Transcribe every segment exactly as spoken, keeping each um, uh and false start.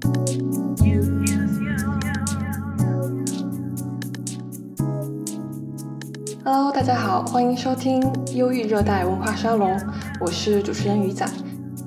Hello， 大家好，欢迎收听忧郁热带文化沙龙，我是主持人鱼仔。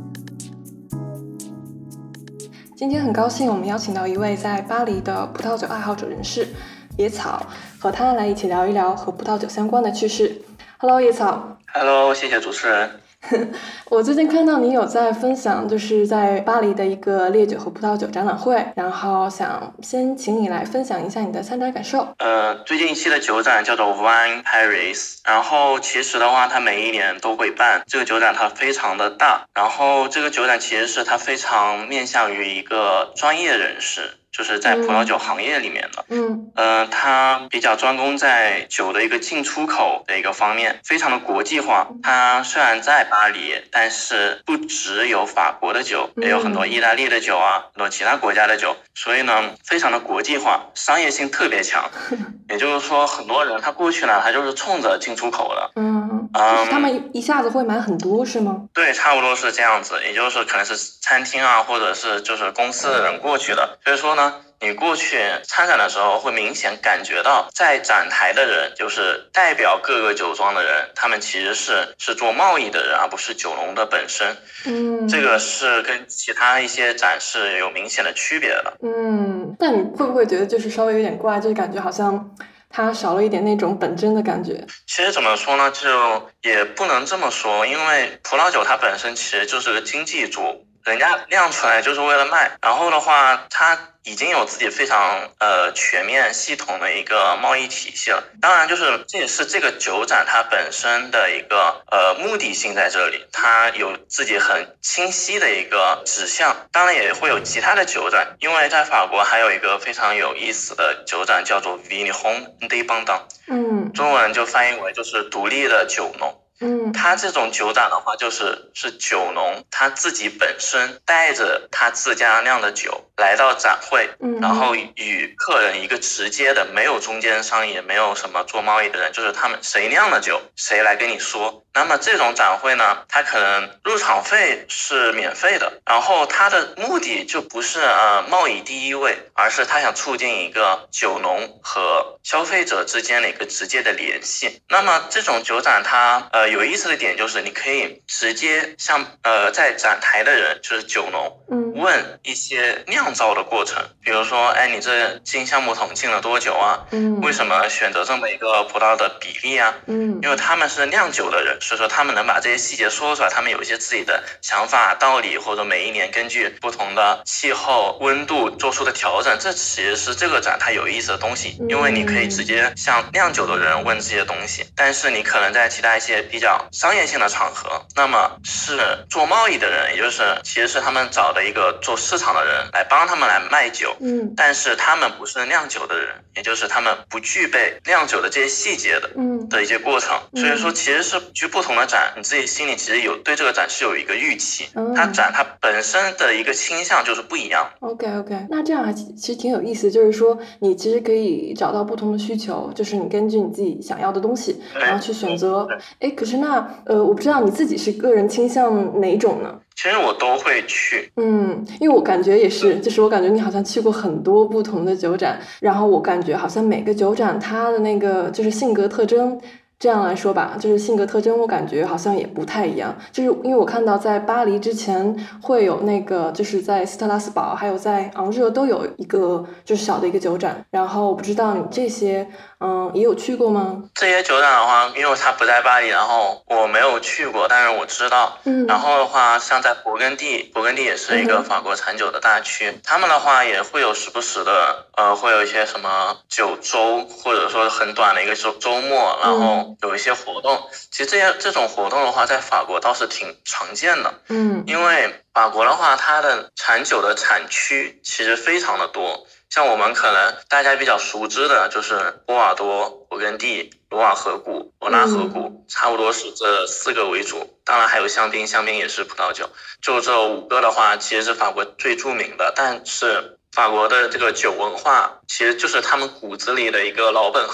今天很高兴我们邀请到一位在巴黎的葡萄酒爱好者人士野草，和他来一起聊一聊和葡萄酒相关的趣事。Hello， 野草。 Hello， 谢谢主持人。 我最近看到你有在分享，就是在巴黎的一个烈酒和葡萄酒展览会，然后想先请你来分享一下你的参展感受。 呃，最近一期的酒展叫做 Wine Paris， 然后其实的话它每一年都会办，这个酒展它非常的大，然后这个酒展其实是它非常面向于一个专业人士，就是在葡萄酒行业里面的， 嗯， 呃，它比较专攻在酒的一个进出口的一个方面，非常的国际化。它虽然在巴黎，但是不只有法国的酒，也有很多意大利的酒啊，很多其他国家的酒，所以呢，非常的国际化，商业性特别强。也就是说，很多人他过去呢，他就是冲着进出口的。 嗯，就是他们一下子会买很多是吗？ 对，差不多是这样子，也就是可能是餐厅啊，或者是就是公司的人过去的。所以说呢，你过去参展的时候会明显感觉到，在展台的人就是代表各个酒庄的人，他们其实是是做贸易的人，而不是酒农的本身。 嗯， 这个是跟其他一些展示有明显的区别的。 嗯，但你会不会觉得就是稍微有点怪，就是感觉好像它少了一点那种本真的感觉？ 其实怎么说呢，就也不能这么说，因为葡萄酒它本身其实就是个经济作物，人家酿出来就是为了卖，然后的话它已经有自己非常呃全面系统的一个贸易体系了。当然就是这也是这个酒展它本身的一个呃目的性在这里，它有自己很清晰的一个指向。当然也会有其他的酒展，因为在法国还有一个非常有意思的酒展叫做 Vigneron Indépendant， 嗯， 中文就翻译为就是独立的酒农。 嗯， 他这种酒展的话，就是是酒农他自己本身带着他自家酿的酒来到展会， 嗯， 然后与客人一个直接的，没有中间商，也没有什么做贸易的人，就是他们谁酿的酒，谁来跟你说。那么这种展会呢，它可能入场费是免费的，然后它的目的就不是呃贸易第一位，而是他想促进一个酒农和消费者之间的一个直接的联系。那么这种酒展它呃有意思的点就是你可以直接向呃在展台的人，就是酒农， 嗯， 问一些酿造的过程，比如说哎你这进橡木桶进了多久啊？ 嗯， 为什么选择这么一个葡萄的比例啊？ 嗯， 因为他们是酿酒的人，所以说他们能把这些细节说出来，他们有一些自己的想法道理，或者每一年根据不同的气候温度做出的调整，这其实是这个展它有意思的东西。因为你可以直接向酿酒的人问这些东西，但是你可能在其他一些比较商业性的场合，那么是做贸易的人，也就是其实是他们找的一个做市场的人来帮他们来卖酒， 嗯， 但是他们不是酿酒的人，也就是他们不具备酿酒的这些细节的， 嗯， 的一些过程。所以说其实是去不同的展，你自己心里其实有对这个展是有一个预期， 嗯， 它展它本身的一个倾向就是不一样。 OK OK， 那这样还其实挺有意思，就是说你其实可以找到不同的需求，就是你根据你自己想要的东西，然后去选择。哎，可是那呃，我不知道你自己是个人倾向哪种呢？ 其实我都会去， 嗯，因为我感觉也是，就是我感觉你好像去过很多不同的酒展，然后我感觉好像每个酒展它的那个就是性格特征，这样来说吧，就是性格特征我感觉好像也不太一样，就是因为我看到在巴黎之前会有那个就是在斯特拉斯堡还有在昂热都有一个就是小的一个酒展，然后我不知道你这些嗯也有去过吗？ 这些酒展的话，因为它不在巴黎，然后我没有去过，但是我知道。 嗯， 然后的话，像在勃艮第，勃艮第也是一个法国产酒的大区，嗯、他们的话也会有时不时的，呃，会有一些什么酒周，或者说很短的一个周周末，然后有一些活动。嗯、其实这些这种活动的话，在法国倒是挺常见的。 嗯，因为法国的话，它的产酒的产区其实非常的多。像我们可能大家比较熟知的就是波尔多、勃艮第、罗瓦河谷、罗纳河谷，嗯、差不多是这四个为主。当然还有香槟，香槟也是葡萄酒。就这五个的话，其实是法国最著名的。但是法国的这个酒文化，其实就是他们骨子里的一个老本行。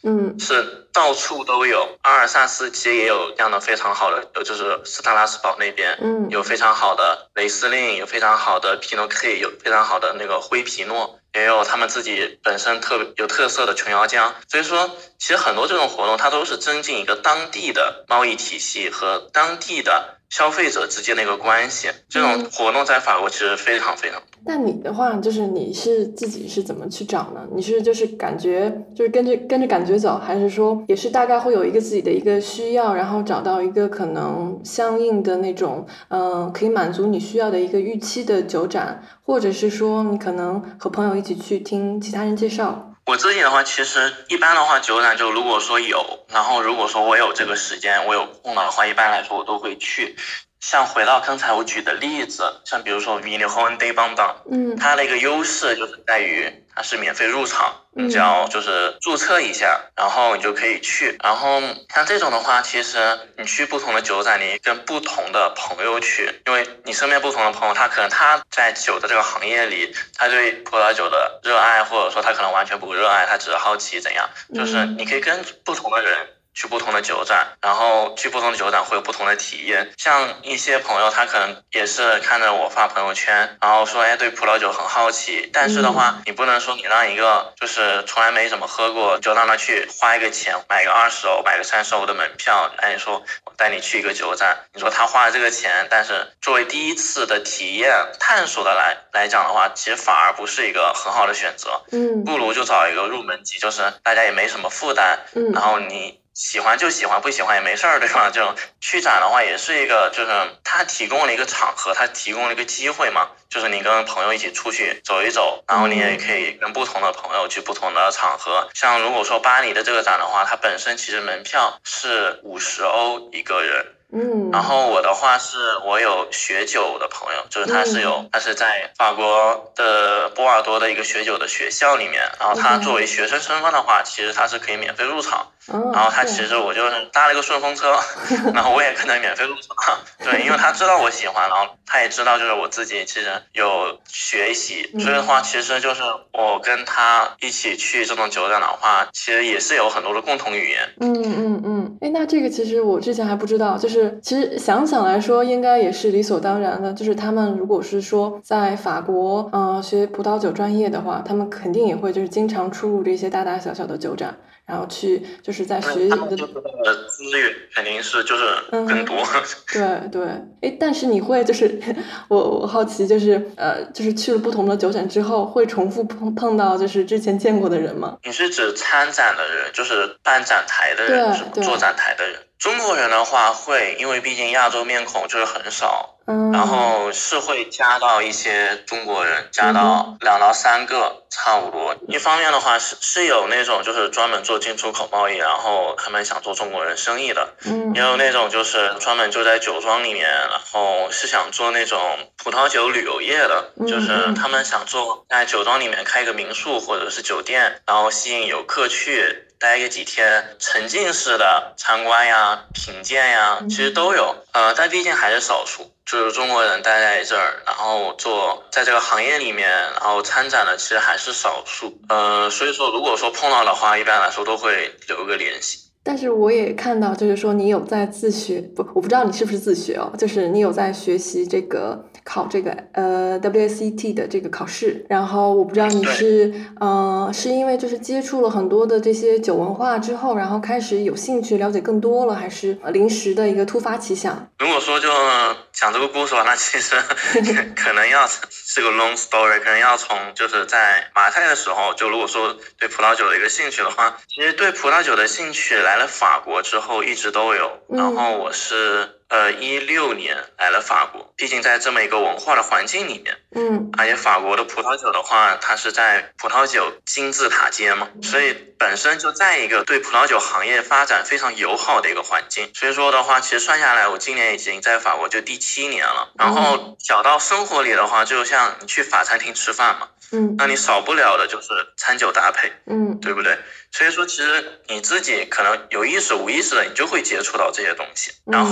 嗯， 是到处都有。阿尔萨斯其实也有这样的非常好的，就是斯特拉斯堡那边， 嗯， 有非常好的雷司令，有非常好的皮诺克，有非常好的那个灰皮诺，也有他们自己本身特别有特色的琼瑶浆。所以说，其实很多这种活动，它都是增进一个当地的贸易体系和当地的消费者之间的一个关系。这种活动在法国其实非常非常多。 那你的话，就是你是自己是怎么去找呢？你是就是感觉就是跟着跟着感觉走，还是说也是大概会有一个自己的一个需要，然后找到一个可能相应的那种嗯、呃、可以满足你需要的一个预期的酒展，或者是说你可能和朋友一起去听其他人介绍？ 我自己的话，其实一般的话，酒展就如果说有，然后如果说我有这个时间，我有空的话，一般来说我都会去。像回到刚才我举的例子，像比如说 Vignes Indépendants， 嗯， 它的一个优势就是在于它是免费入场，你只要就是注册一下，然后你就可以去。然后像这种的话，其实你去不同的酒展，你跟不同的朋友去，因为你身边不同的朋友，他可能他在酒的这个行业里，他对葡萄酒的热爱，或者说他可能完全不热爱，他只是好奇怎样，就是你可以跟不同的人去不同的酒展，然后去不同的酒展会有不同的体验。像一些朋友他可能也是看着我发朋友圈，然后说哎对葡萄酒很好奇，但是的话、嗯、你不能说你让一个就是从来没怎么喝过，就让他去花一个钱买个二十欧买个三十欧的门票，哎你说我带你去一个酒展，你说他花了这个钱，但是作为第一次的体验探索的来来讲的话，其实反而不是一个很好的选择。 嗯， 不如就找一个入门级，就是大家也没什么负担， 嗯， 然后你喜欢就喜欢，不喜欢也没事儿，对吧？这种去展的话也是一个，就是它提供了一个场合，它提供了一个机会嘛，就是你跟朋友一起出去走一走，然后你也可以跟不同的朋友去不同的场合。像如果说巴黎的这个展的话，它本身其实门票是五十欧一个人。 嗯， 然后我的话是我有学酒的朋友，就是他是有、嗯、他是在法国的波尔多的一个学酒的学校里面，然后他作为学生身份的话，其实他是可以免费入场。 哦、 然后他其实我就是搭了一个顺风车，然后我也跟他免费入场。对，因为他知道我喜欢，然后他也知道就是我自己其实有学习，所以的话其实就是我跟他一起去这种酒展的话，其实也是有很多的共同语言。 嗯嗯嗯，哎，那这个其实我之前还不知道，就是其实想想来说，应该也是理所当然的。就是他们如果是说在法国，呃，学葡萄酒专业的话，他们肯定也会就是经常出入这些大大小小的酒展，然后去就是在学他们的资源肯定是就是更多。 嗯、对对，哎，但是你会就是我我好奇就是呃，就是去了不同的酒展之后，会重复碰碰到就是之前见过的人吗？ 你是指参展的人，就是办展台的人，是做展台的人？中国人的话会，因为毕竟亚洲面孔就是很少， 嗯， 然后是会加到一些中国人，加到两到三个差不多。一方面的话是是有那种就是专门做进出口贸易，然后他们想做中国人生意的， 嗯， 也有那种就是专门就在酒庄里面，然后是想做那种葡萄酒旅游业的，就是他们想做在酒庄里面开一个民宿或者是酒店，然后吸引游客去待个几天，沉浸式的参观呀、品鉴呀，其实都有。呃，但毕竟还是少数，就是中国人待在这儿，然后做在这个行业里面，然后参展的其实还是少数。呃，所以说如果说碰到的话，一般来说都会留个联系。 但是我也看到，就是说你有在自学，不，我不知道你是不是自学哦，就是你有在学习这个考这个呃 W S E T 的这个考试，然后我不知道你是呃是因为就是接触了很多的这些酒文化之后，然后开始有兴趣了解更多了，还是临时的一个突发奇想？ 如果说就讲这个故事吧，那其实可能要是个 long story， 可能要从就是在马赛的时候，就如果说对葡萄酒的一个兴趣的话，其实对葡萄酒的兴趣来了法国之后一直都有，然后我是呃一六年来了法国，毕竟在这么一个文化的环境里面， 嗯， 而且法国的葡萄酒的话，它是在葡萄酒金字塔尖嘛，所以本身就在一个对葡萄酒行业发展非常友好的一个环境，所以说的话，其实算下来，我今年已经在法国就第七年了。然后小到生活里的话，就像你去法餐厅吃饭嘛， 嗯， 那你少不了的就是餐酒搭配， 嗯， 对不对？所以说，其实你自己可能有意识无意识的，你就会接触到这些东西。然后，如果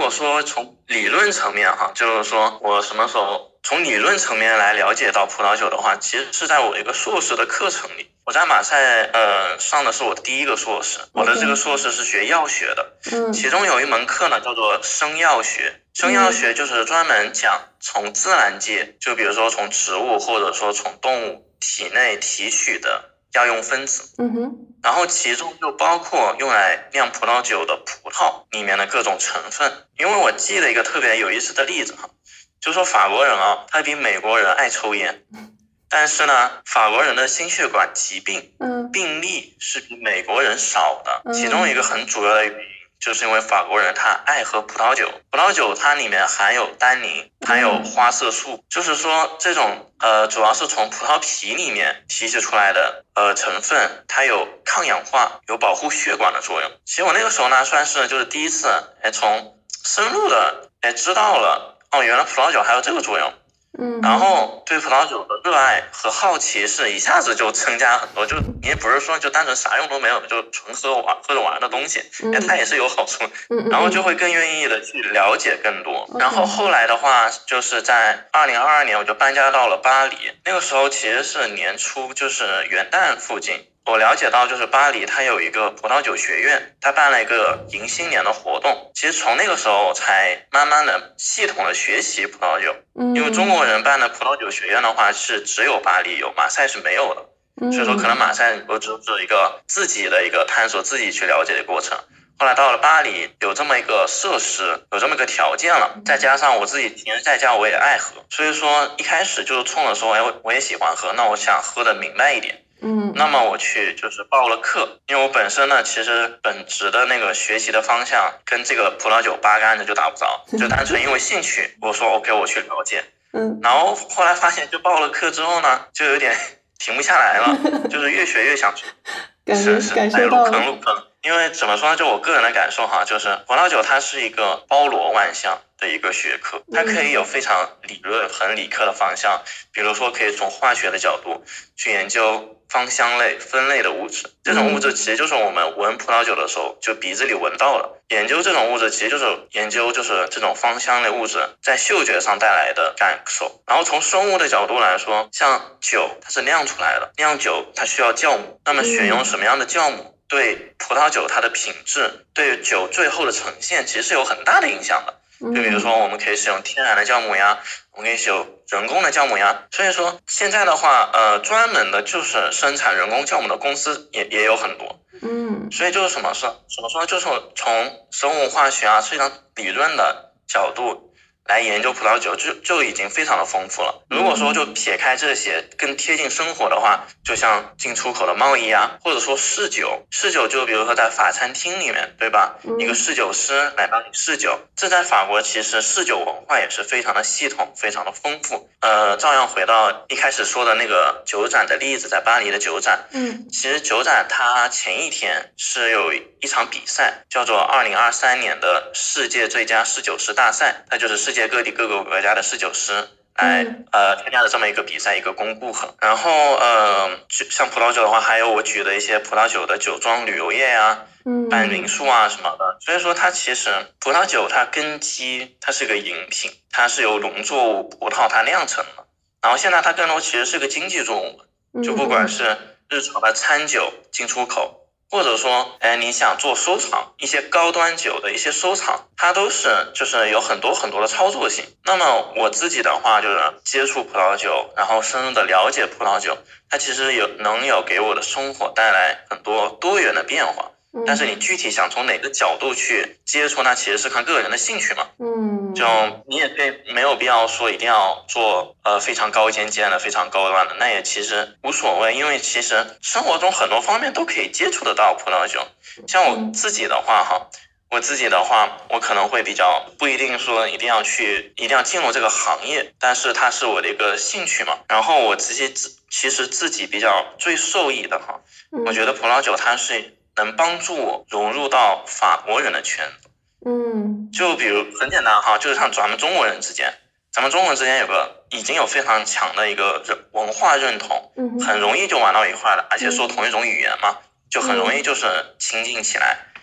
果说从理论层面哈，就是说我什么时候从理论层面来了解到葡萄酒的话，其实是在我一个硕士的课程里。我在马赛呃上的是我第一个硕士，我的这个硕士是学药学的， 嗯， 其中有一门课呢叫做生药学。生药学就是专门讲从自然界，就比如说从植物或者说从动物体内提取的药用分子， 嗯哼， 然后其中就包括用来酿葡萄酒的葡萄里面的各种成分。因为我记得一个特别有意思的例子哈，就说法国人啊，他比美国人爱抽烟，但是呢，法国人的心血管疾病病例是比美国人少的，其中一个很主要的原因就是因为法国人他爱喝葡萄酒，葡萄酒它里面含有单宁，含有花色素，就是说这种呃主要是从葡萄皮里面提取出来的呃成分，它有抗氧化，有保护血管的作用。其实我那个时候呢，算是就是第一次哎从深入的哎知道了哦，原来葡萄酒还有这个作用。 嗯， 然后对葡萄酒的热爱和好奇是一下子就增加很多，就你也不是说就单纯啥用都没有，就纯喝玩喝着玩的东西，哎，它也是有好处，然后就会更愿意的去了解更多。然后后来的话，就是在二零二二年我就搬家到了巴黎，那个时候其实是年初，就是元旦附近。我了解到就是巴黎它有一个葡萄酒学院，它办了一个迎新年的活动，其实从那个时候才慢慢的系统的学习葡萄酒，因为中国人办的葡萄酒学院的话是只有巴黎有，马赛是没有的，所以说可能马赛我只是一个自己的一个探索，自己去了解的过程。后来到了巴黎，有这么一个设施，有这么一个条件了，再加上我自己平时在家我也爱喝，所以说一开始就是冲着说，哎，我也喜欢喝，那我想喝的明白一点。 嗯， 那么我去就是报了课，因为我本身呢，其实本职的那个学习的方向跟这个葡萄酒八竿子就打不着，就单纯因为兴趣，我说 OK 我去了解， 嗯， 然后后来发现就报了课之后呢，就有点停不下来了，就是越学越想去，是是， 感受到了， 入坑入坑。因为怎么说呢，就我个人的感受哈，就是葡萄酒它是一个包罗万象的一个学科，它可以有非常理论很理科的方向，比如说可以从化学的角度去研究芳香类分类的物质，这种物质其实就是我们闻葡萄酒的时候就鼻子里闻到了，研究这种物质其实就是研究就是这种芳香类物质在嗅觉上带来的感受。然后从生物的角度来说，像酒它是酿出来的，酿酒它需要酵母，那么选用什么样的酵母对葡萄酒它的品质，对酒最后的呈现其实是有很大的影响的。就比如说我们可以使用天然的酵母呀，我们可以使用人工的酵母呀。所以说现在的话呃专门的就是生产人工酵母的公司也也有很多。 嗯， 所以就是什么说怎么说就是从生物化学啊非常理论的角度来研究葡萄酒就就已经非常的丰富了。如果说就撇开这些更贴近生活的话，就像进出口的贸易啊，或者说侍酒，侍酒就比如说在法餐厅里面，对吧？一个侍酒师来帮你侍酒，这在法国其实侍酒文化也是非常的系统，非常的丰富。呃，照样回到一开始说的那个酒展的例子，在巴黎的酒展， 嗯， 其实酒展它前一天是有一场比赛，叫做二零二三年的世界最佳侍酒师大赛，那就是世界各地各个国家的侍酒师来呃参加的这么一个比赛，一个公布盒。然后呃像葡萄酒的话，还有我举的一些葡萄酒的酒庄旅游业啊，办民宿啊什么的。所以说它其实葡萄酒它根基它是个饮品，它是由农作物葡萄它酿成的，然后现在它更多其实是个经济作物，就不管是日常的餐酒进出口，或者说哎你想做收藏，一些高端酒的一些收藏，它都是就是有很多很多的操作性。那么我自己的话就是接触葡萄酒，然后深入的了解葡萄酒，它其实有能有给我的生活带来很多多元的变化。但是你具体想从哪个角度去接触，那其实是看个人的兴趣嘛。 嗯， 就你也可以没有必要说一定要做呃非常高尖尖的非常高端的，那也其实无所谓，因为其实生活中很多方面都可以接触得到葡萄酒。像我自己的话哈，我自己的话我可能会比较不一定说一定要去一定要进入这个行业，但是它是我的一个兴趣嘛。然后我自己其实自己比较最受益的哈，我觉得葡萄酒它是能帮助我融入到法国人的圈子。 嗯， 就比如很简单哈，就是像咱们中国人之间，咱们中国人之间有个已经有非常强的一个文化认同，很容易就玩到一块了，而且说同一种语言嘛，就很容易就是亲近起来。 对。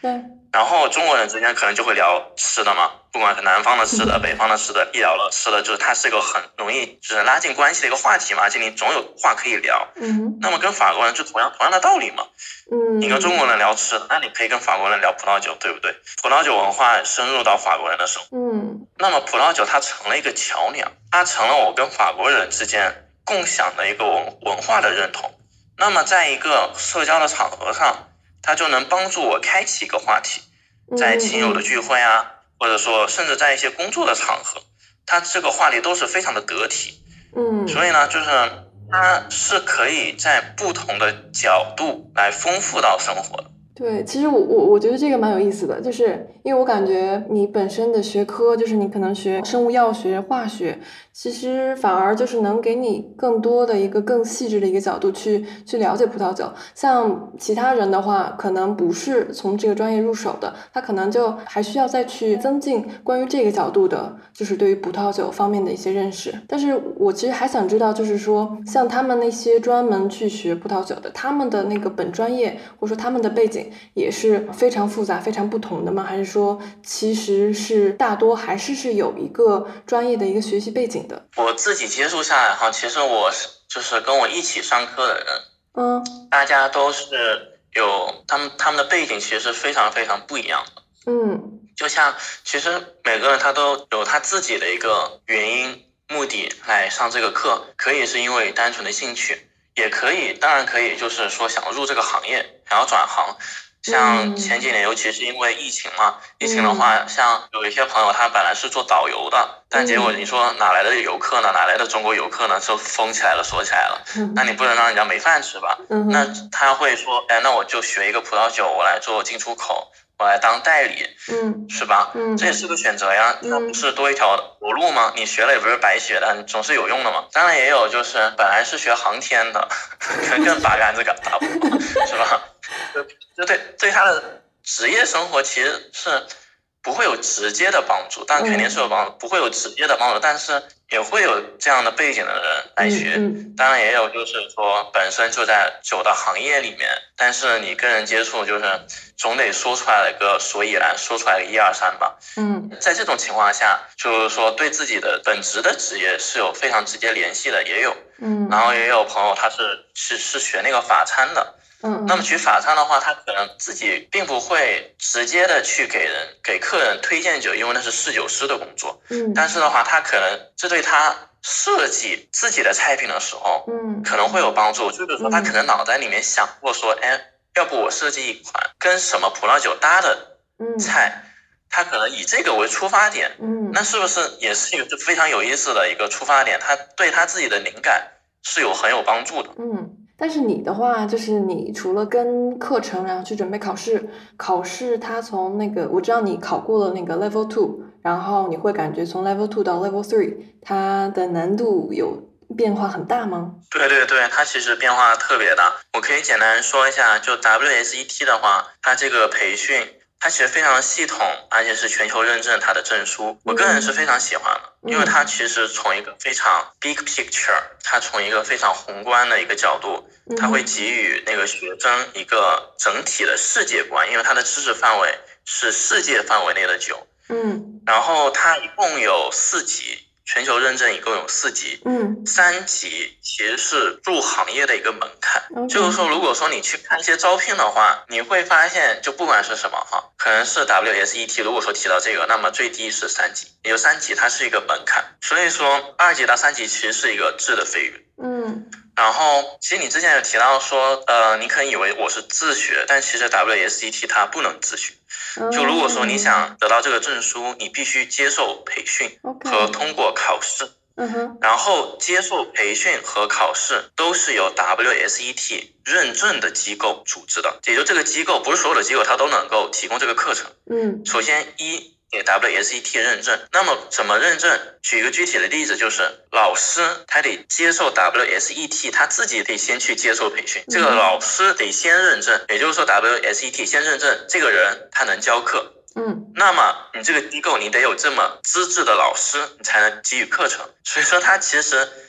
然后中国人之间可能就会聊吃的嘛，不管是南方的吃的、北方的吃的，一聊了吃的，就是它是一个很容易就是拉近关系的一个话题嘛，而且你总有话可以聊。 嗯， 那么跟法国人就同样同样的道理嘛。 嗯， 你跟中国人聊吃的，那你可以跟法国人聊葡萄酒，对不对？葡萄酒文化深入到法国人的生活。 嗯， 那么葡萄酒它成了一个桥梁，它成了我跟法国人之间共享的一个文文化的认同。那么在一个社交的场合上，它就能帮助我开启一个话题，在亲友的聚会啊，嗯、或者说甚至在一些工作的场合，它这个话题都是非常的得体。 嗯， 所以呢，就是它是可以在不同的角度来丰富到生活的。 对，其实我我我觉得这个蛮有意思的，就是因为我感觉你本身的学科，就是你可能学生物药学、化学，其实反而就是能给你更多的一个更细致的一个角度去去了解葡萄酒。像其他人的话，可能不是从这个专业入手的，他可能就还需要再去增进关于这个角度的，就是对于葡萄酒方面的一些认识。但是我其实还想知道，就是说像他们那些专门去学葡萄酒的，他们的那个本专业或者说他们的背景也是非常复杂非常不同的吗？还是说其实是大多还是是有一个专业的一个学习背景的？ 我自己接触下来哈，其实我是就是跟我一起上课的人， 嗯， 大家都是有他们他们的背景其实是非常非常不一样的。 嗯， 就像其实每个人他都有他自己的一个原因目的来上这个课，可以是因为单纯的兴趣，也可以当然可以就是说想入这个行业，想要转行。像前几年尤其是因为疫情嘛，疫情的话像有一些朋友他本来是做导游的，但结果你说哪来的游客呢，哪来的中国游客呢，就封起来了锁起来了，那你不能让人家没饭吃吧，那他会说哎，那我就学一个葡萄酒，我来做进出口，我来当代理， 嗯， 是吧？ 嗯， 这也是个选择呀，它不是多一条活路吗？你学了也不是白学的，总是有用的嘛。当然也有就是本来是学航天的，可能更八竿子打不着，是吧？就对对他的职业生活其实是不会有直接的帮助，但肯定是有帮助，不会有直接的帮助，但是也会有这样的背景的人来学。 嗯， 当然也有就是说本身就在酒的行业里面，但是你跟人接触就是总得说出来一个所以然，说出来个一二三吧。 嗯， 在这种情况下，就是说对自己的本职的职业是有非常直接联系的，也有。 嗯， 然后也有朋友他是是是学那个法餐的。 嗯， 那么学法餐的话，他可能自己并不会直接的去给人给客人推荐酒，因为那是侍酒师的工作。 嗯， 但是的话，他可能这对他设计自己的菜品的时候，嗯，可能会有帮助。就比如说，他可能脑袋里面想过说，哎，要不我设计一款跟什么葡萄酒搭的菜，嗯，他可能以这个为出发点，嗯，那是不是也是一个非常有意思的一个出发点？他对他自己的灵感是有很有帮助的。 嗯。但是你的话，就是你除了跟课程，然后去准备考试，考试它从那个我知道你考过了那个 level two， 然后你会感觉从 level two 到 level three， 它的难度有变化很大吗？ 对对对，它其实变化特别大。我可以简单说一下，就 W S E T 的话，它这个培训它其实非常系统，而且是全球认证它的证书，我个人是非常喜欢的，嗯，因为它其实从一个非常 big picture， 它从一个非常宏观的一个角度，它会给予那个学生一个整体的世界观，因为它的知识范围是世界范围内的酒，嗯，然后它一共有四级。全球认证一共有四级，嗯，三级其实是入行业的一个门槛。Okay. 就是说，如果说你去看一些招聘的话，你会发现，就不管是什么哈，可能是 W S E T， 如果说提到这个，那么最低是三级，也就三级它是一个门槛。所以说，二级到三级其实是一个质的飞跃。嗯。然后，其实你之前有提到说，呃，你可能以为我是自学，但其实 W S E T 它不能自学。就如果说你想得到这个证书，你必须接受培训和通过考试。嗯，然后接受培训和考试都是由 W S E T 认证的机构组织的，也就这个机构不是所有的机构它都能够提供这个课程。嗯，首先一。给 W S E T 认证，那么怎么认证？举一个具体的例子，就是老师他得接受 W S E T， 他自己得先去接受培训，这个老师得先认证，也就是说 W S E T 先认证这个人他能教课。嗯，那么你这个机构你得有这么资质的老师，你才能给予课程。所以说它其实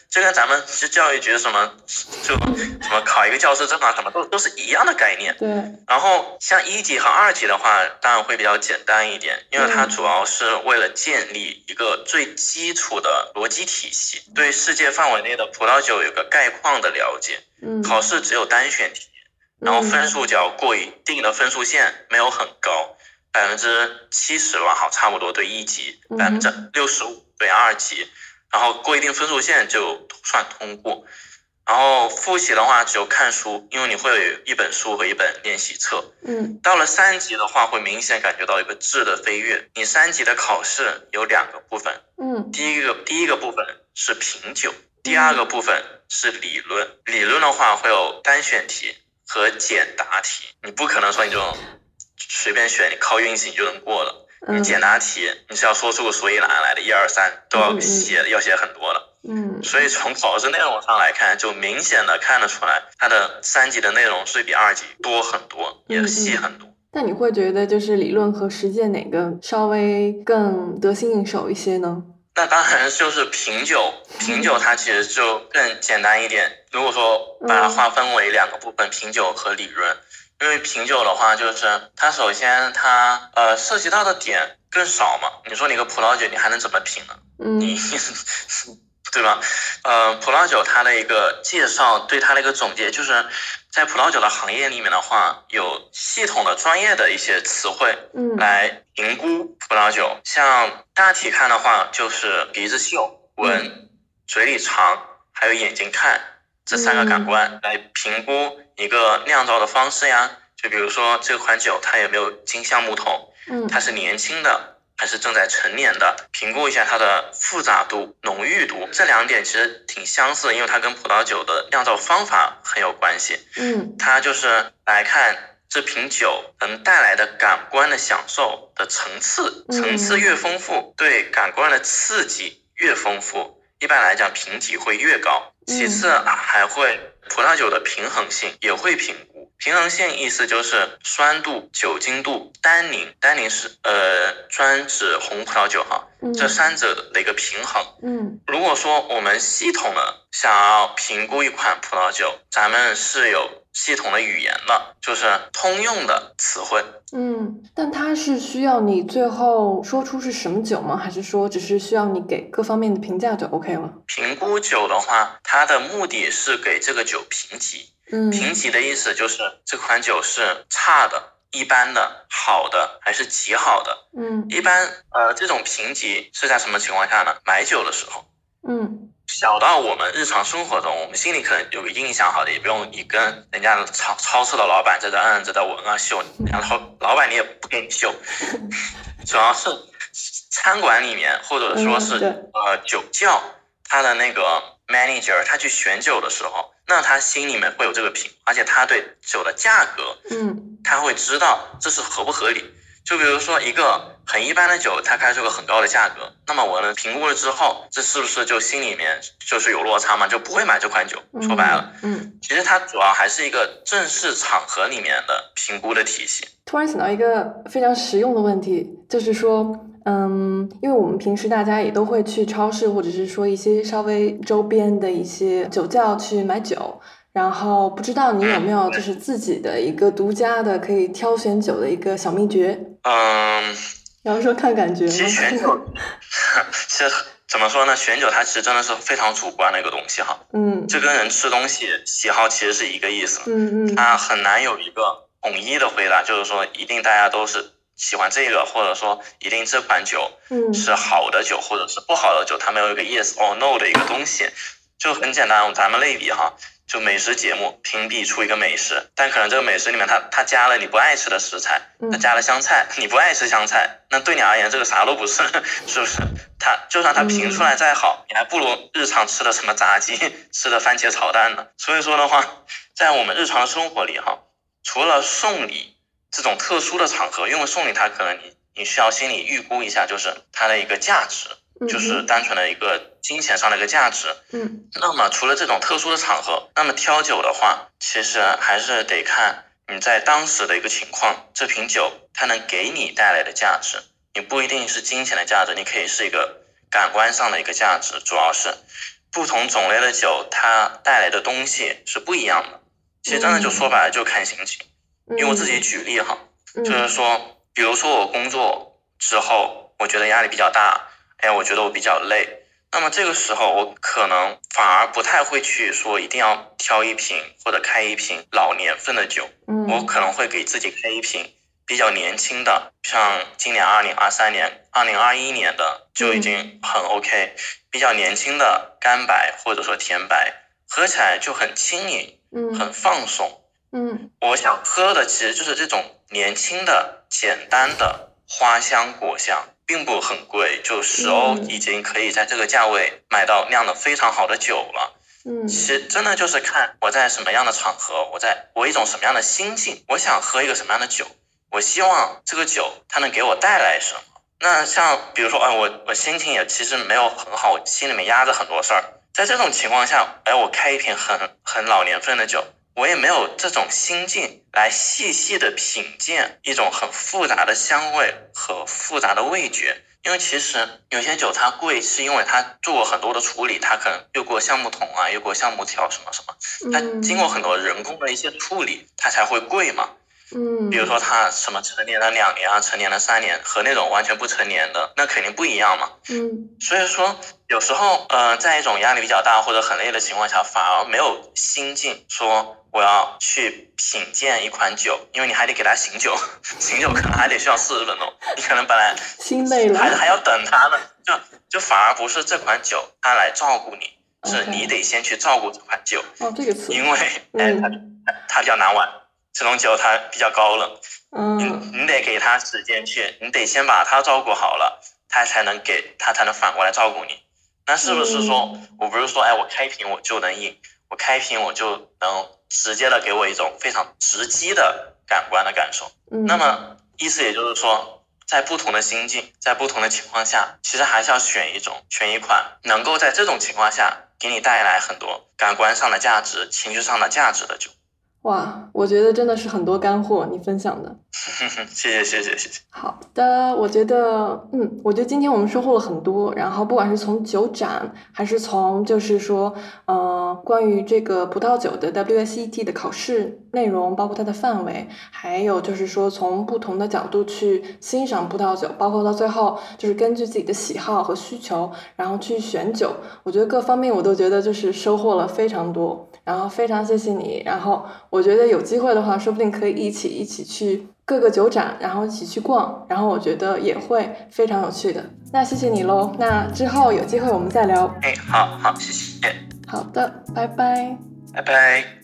这跟咱们教育局什么就什么考一个教师证啊，什么都都是一样的概念。 对。 然后像一级和二级的话，当然会比较简单一点，因为它主要是为了建立一个最基础的逻辑体系，对世界范围内的葡萄酒有个概况的了解。 嗯。 考试只有单选题，然后分数只要过一定的分数线，没有很高，百分之七十吧，好，差不多对一级，百分之六十五对二级，然后过一定分数线就算通过。然后复习的话只有看书，因为你会有一本书和一本练习册。 嗯， 到了三级的话，会明显感觉到一个质的飞跃。你三级的考试有两个部分， 嗯， 第一个第一个部分是品酒，第二个部分是理论。嗯、理论的话会有单选题和简答题，你不可能说你就随便选，你靠运气你就能过了。你简答题你是要说出个所以然来的，一二三都要写，嗯、要写很多的。 嗯， 所以从考试内容上来看，就明显的看得出来，它的三级的内容是比二级多很多，也细很多。 嗯嗯，但你会觉得就是理论和实践哪个稍微更得心应手一些呢？ 那当然就是品酒，品酒它其实就更简单一点。如果说把它划分为两个部分，品酒和理论，因为品酒的话，就是它首先它呃涉及到的点更少嘛。你说你个葡萄酒，你还能怎么品呢？ 嗯， 你对吧？呃，葡萄酒它的一个介绍，对它的一个总结，就是在葡萄酒的行业里面的话，有系统的专业的一些词汇， 嗯， 来评估葡萄酒。像大体看的话，就是鼻子嗅、闻、嗯、嘴里尝，还有眼睛看这三个感官、嗯、来评估一个酿造的方式呀。就比如说这款酒它有没有金橡木桶， 嗯， 它是年轻的还是正在成年的，评估一下它的复杂度、浓郁度，这两点其实挺相似，因为它跟葡萄酒的酿造方法很有关系。 嗯， 它就是来看这瓶酒能带来的感官的享受的层次，层次越丰富，对感官的刺激越丰富，一般来讲评级会越高。其次还会葡萄酒的平衡性也会评估。平衡性意思就是酸度、酒精度、单宁，单宁是呃专指红葡萄酒哈，这三者的一个平衡。 嗯， 如果说我们系统的想要评估一款葡萄酒，咱们是有系统的语言的，就是通用的词汇。 嗯，但它是需要你最后说出是什么酒吗？还是说只是需要你给各方面的评价就 OK 了？ 评估酒的话，它的目的是给这个酒评级。 嗯， 评级的意思就是这款酒是差的、一般的、好的还是极好的。 嗯， 一般呃这种评级是在什么情况下呢？买酒的时候。 嗯， 小到我们日常生活中，我们心里可能有个印象好的，也不用你跟人家超超市的老板在这摁在这闻啊嗅，然后老板你也不给你嗅，主要是餐馆里面或者说是、 嗯、 呃酒窖他的那个 manager 他去选酒的时候，那他心里面会有这个评，而且他对酒的价格， 嗯， 他会知道这是合不合理。就比如说一个很一般的酒，它开出个很高的价格，那么我呢评估了之后，这是不是就心里面就是有落差嘛，就不会买这款酒。说白了， 嗯， 其实它主要还是一个正式场合里面的评估的体系。 突然想到一个非常实用的问题，就是说，嗯，因为我们平时大家也都会去超市，或者是说一些稍微周边的一些酒窖去买酒。然后不知道你有没有就是自己的一个独家的可以挑选酒的一个小秘诀？ 嗯， 然后说看感觉吗？ 其实选酒，其实怎么说呢？选酒它其实真的是非常主观的一个东西哈。 嗯， 这跟人吃东西喜好其实是一个意思。 嗯嗯， 它很难有一个统一的回答，就是说一定大家都是喜欢这个，或者说一定这款酒是好的酒，或者是不好的酒，它没有一个 yes or no 的一个东西。就很简单，咱们类比哈。就美食节目评比出一个美食，但可能这个美食里面它它加了你不爱吃的食材，它加了香菜，你不爱吃香菜，那对你而言这个啥都不是，是不是？它就算它评出来再好，你还不如日常吃的什么炸鸡，吃的番茄炒蛋呢。所以说的话，在我们日常生活里哈，除了送礼这种特殊的场合，因为送礼它可能你你需要心里预估一下，就是它的一个价值。就是单纯的一个金钱上的一个价值。 嗯， 那么除了这种特殊的场合，那么挑酒的话，其实还是得看你在当时的一个情况，这瓶酒它能给你带来的价值。你不一定是金钱的价值，你可以是一个感官上的一个价值，主要是。 不同种类的酒它带来的东西是不一样的。其实真的就说白了就看心情。因为我自己举例哈，就是说比如说我工作之后我觉得压力比较大，哎，我觉得我比较累，那么这个时候我可能反而不太会去说一定要挑一瓶或者开一瓶老年份的酒，我可能会给自己开一瓶比较年轻的，像今年二零二三年二零二一年的就已经很 OK， 比较年轻的干白或者说甜白，喝起来就很轻盈，很放松。 嗯， 我想喝的其实就是这种年轻的简单的花香果香，并不很贵，就十欧已经可以在这个价位买到酿的非常好的酒了。嗯，其实真的就是看我在什么样的场合，我在我一种什么样的心境，我想喝一个什么样的酒，我希望这个酒它能给我带来什么。那像比如说哎，我我心情也其实没有很好，我心里面压着很多事儿，在这种情况下，哎，我开一瓶很很老年份的酒，我也没有这种心境来细细的品鉴一种很复杂的香味和复杂的味觉。因为其实有些酒它贵是因为它做过很多的处理，它可能又过橡木桶啊，又过橡木条什么什么，它经过很多人工的一些处理，它才会贵嘛。嗯，比如说它什么成年了两年啊，成年了三年，和那种完全不成年的那肯定不一样嘛。嗯，所以说有时候呃，在一种压力比较大或者很累的情况下，反而没有心境说我要去品鉴一款酒，因为你还得给它醒酒，醒酒可能还得需要四十分钟，你可能本来心累了， 还还要等它呢，就就反而不是这款酒它来照顾你，是你得先去照顾这款酒。 哦，这个词， 因为哎，它它比较难玩。这种酒它比较高冷，嗯，你你得给它时间去，你得先把它照顾好了，它才能给它才能反过来照顾你。那是不是说、嗯、我不是说哎我开瓶我就能赢，我开瓶我就能直接的给我一种非常直击的感官的感受、嗯、那么意思也就是说在不同的心境在不同的情况下，其实还是要选一种选一款能够在这种情况下给你带来很多感官上的价值情绪上的价值的酒。 哇，我觉得真的是很多干货你分享的。 谢谢谢谢谢谢。 好的，我觉得嗯，我觉得今天我们收获了很多，然后不管是从酒展还是从就是说呃关于这个葡萄酒的 W S E T 的考试内容，包括它的范围，还有就是说从不同的角度去欣赏葡萄酒，包括到最后就是根据自己的喜好和需求然后去选酒，我觉得各方面我都觉得就是收获了非常多，然后非常谢谢你，然后我觉得有机会的话说不定可以一起一起去各个酒展，然后一起去逛，然后我觉得也会非常有趣的。那谢谢你咯，那之后有机会我们再聊。 哎，好好，谢谢。 好的，拜拜。 拜拜。